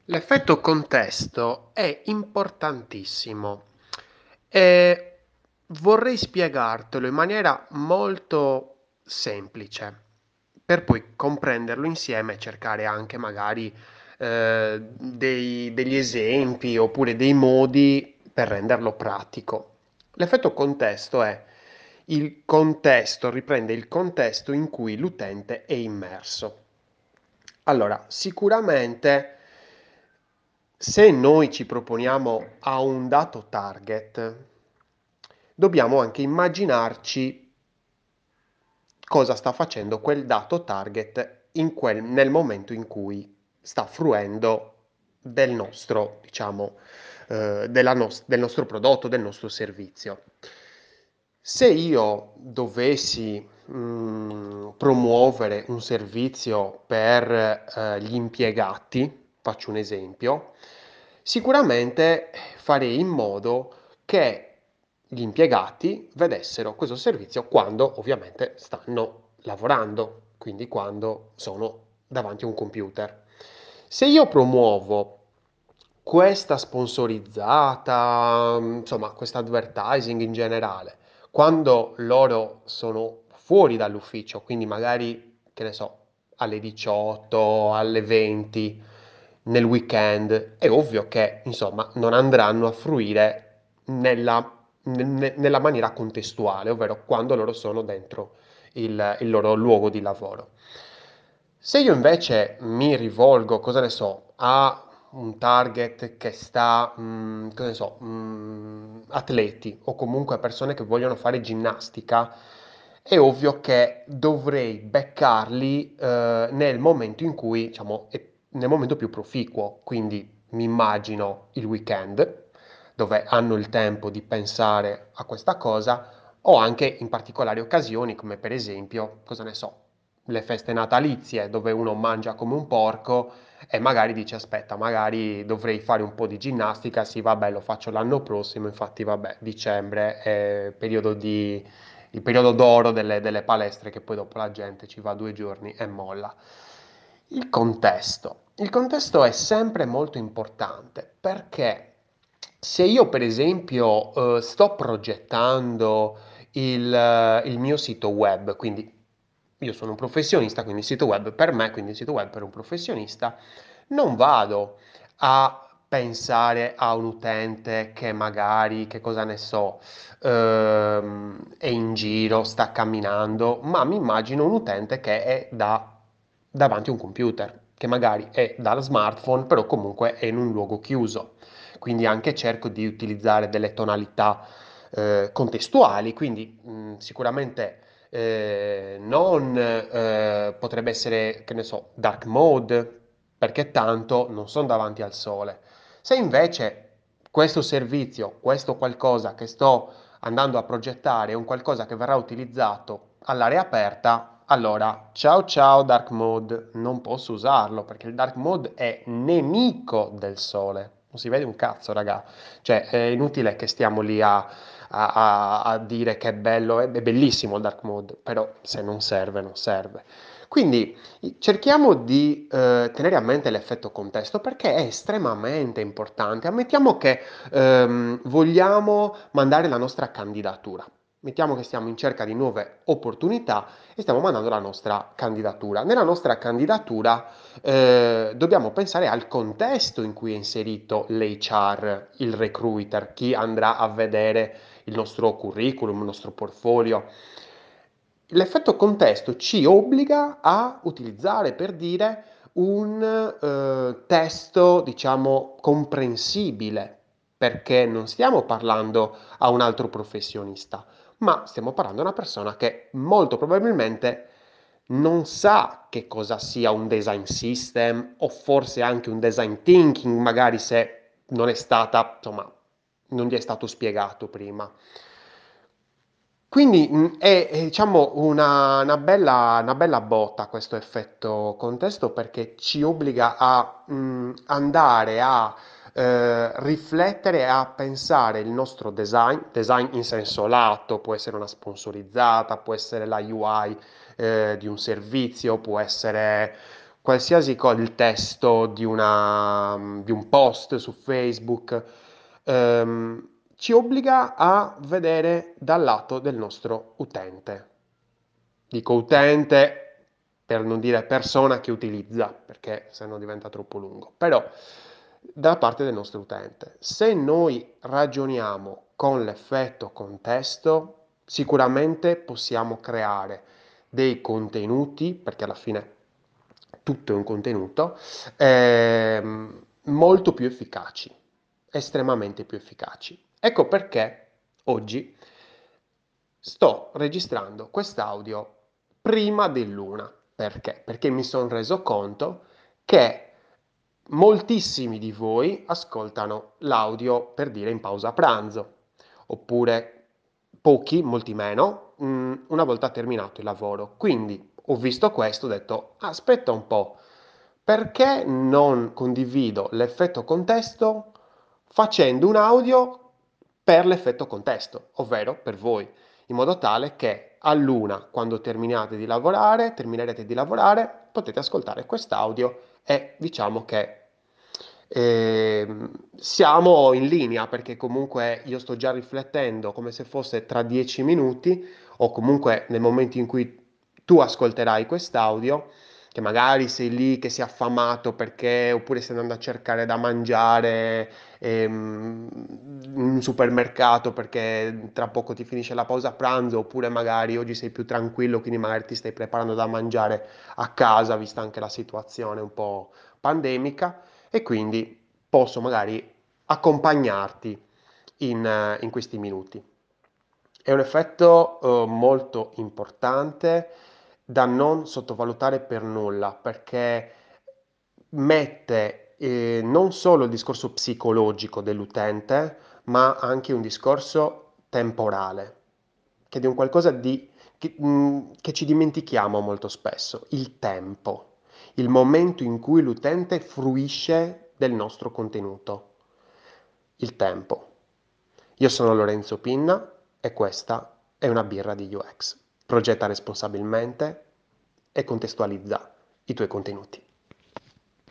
L'effetto contesto è importantissimo e vorrei spiegartelo in maniera molto semplice per poi comprenderlo insieme e cercare anche magari degli esempi oppure dei modi per renderlo pratico. L'effetto contesto è il contesto, riprende il contesto in cui l'utente è immerso. Allora, sicuramente se noi ci proponiamo a un dato target, dobbiamo anche immaginarci cosa sta facendo quel dato target nel momento in cui sta fruendo del nostro, diciamo, del nostro prodotto, del nostro servizio. Se io dovessi promuovere un servizio per gli impiegati, faccio un esempio, sicuramente farei in modo che gli impiegati vedessero questo servizio quando ovviamente stanno lavorando, quindi quando sono davanti a un computer. Se io promuovo questa sponsorizzata, insomma, questa advertising in generale, quando loro sono fuori dall'ufficio, quindi magari, che ne so, alle 18, alle 20, nel weekend, è ovvio che, insomma, non andranno a fruire nella maniera contestuale, ovvero quando loro sono dentro il loro luogo di lavoro. Se io invece mi rivolgo, cosa ne so, a un target che sta, cosa ne so, atleti o comunque persone che vogliono fare ginnastica, è ovvio che dovrei beccarli nel momento in cui, diciamo, nel momento più proficuo, quindi mi immagino il weekend, dove hanno il tempo di pensare a questa cosa, o anche in particolari occasioni, come per esempio, cosa ne so, le feste natalizie, dove uno mangia come un porco e magari dice aspetta, magari dovrei fare un po' di ginnastica, sì vabbè lo faccio l'anno prossimo, infatti vabbè, dicembre è il periodo d'oro delle palestre che poi dopo la gente ci va 2 giorni e molla. Il contesto. Il contesto è sempre molto importante perché se io per esempio sto progettando il mio sito web, quindi io sono un professionista, quindi il sito web per me, quindi il sito web per un professionista, non vado a pensare a un utente che magari, che cosa ne so, è in giro, sta camminando, ma mi immagino un utente che è davanti a un computer, che magari è dallo smartphone, però comunque è in un luogo chiuso. Quindi anche cerco di utilizzare delle tonalità contestuali, quindi sicuramente non potrebbe essere, che ne so, dark mode, perché tanto non sono davanti al sole. Se invece questo servizio, questo qualcosa che sto andando a progettare è un qualcosa che verrà utilizzato all'aria aperta, allora ciao ciao dark mode, non posso usarlo perché il dark mode è nemico del sole. Non si vede un cazzo, raga. Cioè, è inutile che stiamo lì a dire che è bello, è bellissimo il dark mode, però se non serve, non serve. Quindi cerchiamo di tenere a mente l'effetto contesto perché è estremamente importante. Ammettiamo che vogliamo mandare la nostra candidatura. Mettiamo che stiamo in cerca di nuove opportunità e stiamo mandando la nostra candidatura. Nella nostra candidatura dobbiamo pensare al contesto in cui è inserito l'HR, il recruiter, chi andrà a vedere il nostro curriculum, il nostro portfolio. L'effetto contesto ci obbliga a utilizzare, per dire, un testo, diciamo, comprensibile, perché non stiamo parlando a un altro professionista, ma stiamo parlando a una persona che molto probabilmente non sa che cosa sia un design system o forse anche un design thinking, magari se non è stata, insomma, non gli è stato spiegato prima. Quindi diciamo una bella botta questo effetto contesto perché ci obbliga a andare a riflettere e a pensare il nostro design in senso lato, può essere una sponsorizzata, può essere la UI di un servizio, può essere il testo di un post su Facebook, ci obbliga a vedere dal lato del nostro utente. Dico utente per non dire persona che utilizza, perché se no diventa troppo lungo. Però dalla parte del nostro utente. Se noi ragioniamo con l'effetto contesto, sicuramente possiamo creare dei contenuti, perché alla fine tutto è un contenuto, molto più efficaci, estremamente più efficaci. Ecco perché oggi sto registrando quest'audio prima dell'una. Perché? Perché mi sono reso conto che moltissimi di voi ascoltano l'audio per dire in pausa pranzo, oppure pochi, molti meno, una volta terminato il lavoro. Quindi ho visto questo, ho detto, aspetta un po', perché non condivido l'effetto contesto facendo un audio per l'effetto contesto, ovvero per voi, in modo tale che all'una, quando terminerete di lavorare, potete ascoltare quest'audio e diciamo che siamo in linea perché comunque io sto già riflettendo come se fosse tra 10 minuti o comunque nel momento in cui tu ascolterai quest'audio, che magari sei lì che sei affamato perché oppure stai andando a cercare da mangiare in un supermercato perché tra poco ti finisce la pausa pranzo, oppure magari oggi sei più tranquillo, quindi magari ti stai preparando da mangiare a casa, vista anche la situazione un po' pandemica, e quindi posso magari accompagnarti in questi minuti. È un effetto molto importante da non sottovalutare per nulla, perché mette non solo il discorso psicologico dell'utente, ma anche un discorso temporale, che è di un qualcosa che ci dimentichiamo molto spesso, il tempo, il momento in cui l'utente fruisce del nostro contenuto, il tempo. Io sono Lorenzo Pinna e questa è una birra di UX. Progetta responsabilmente e contestualizza i tuoi contenuti.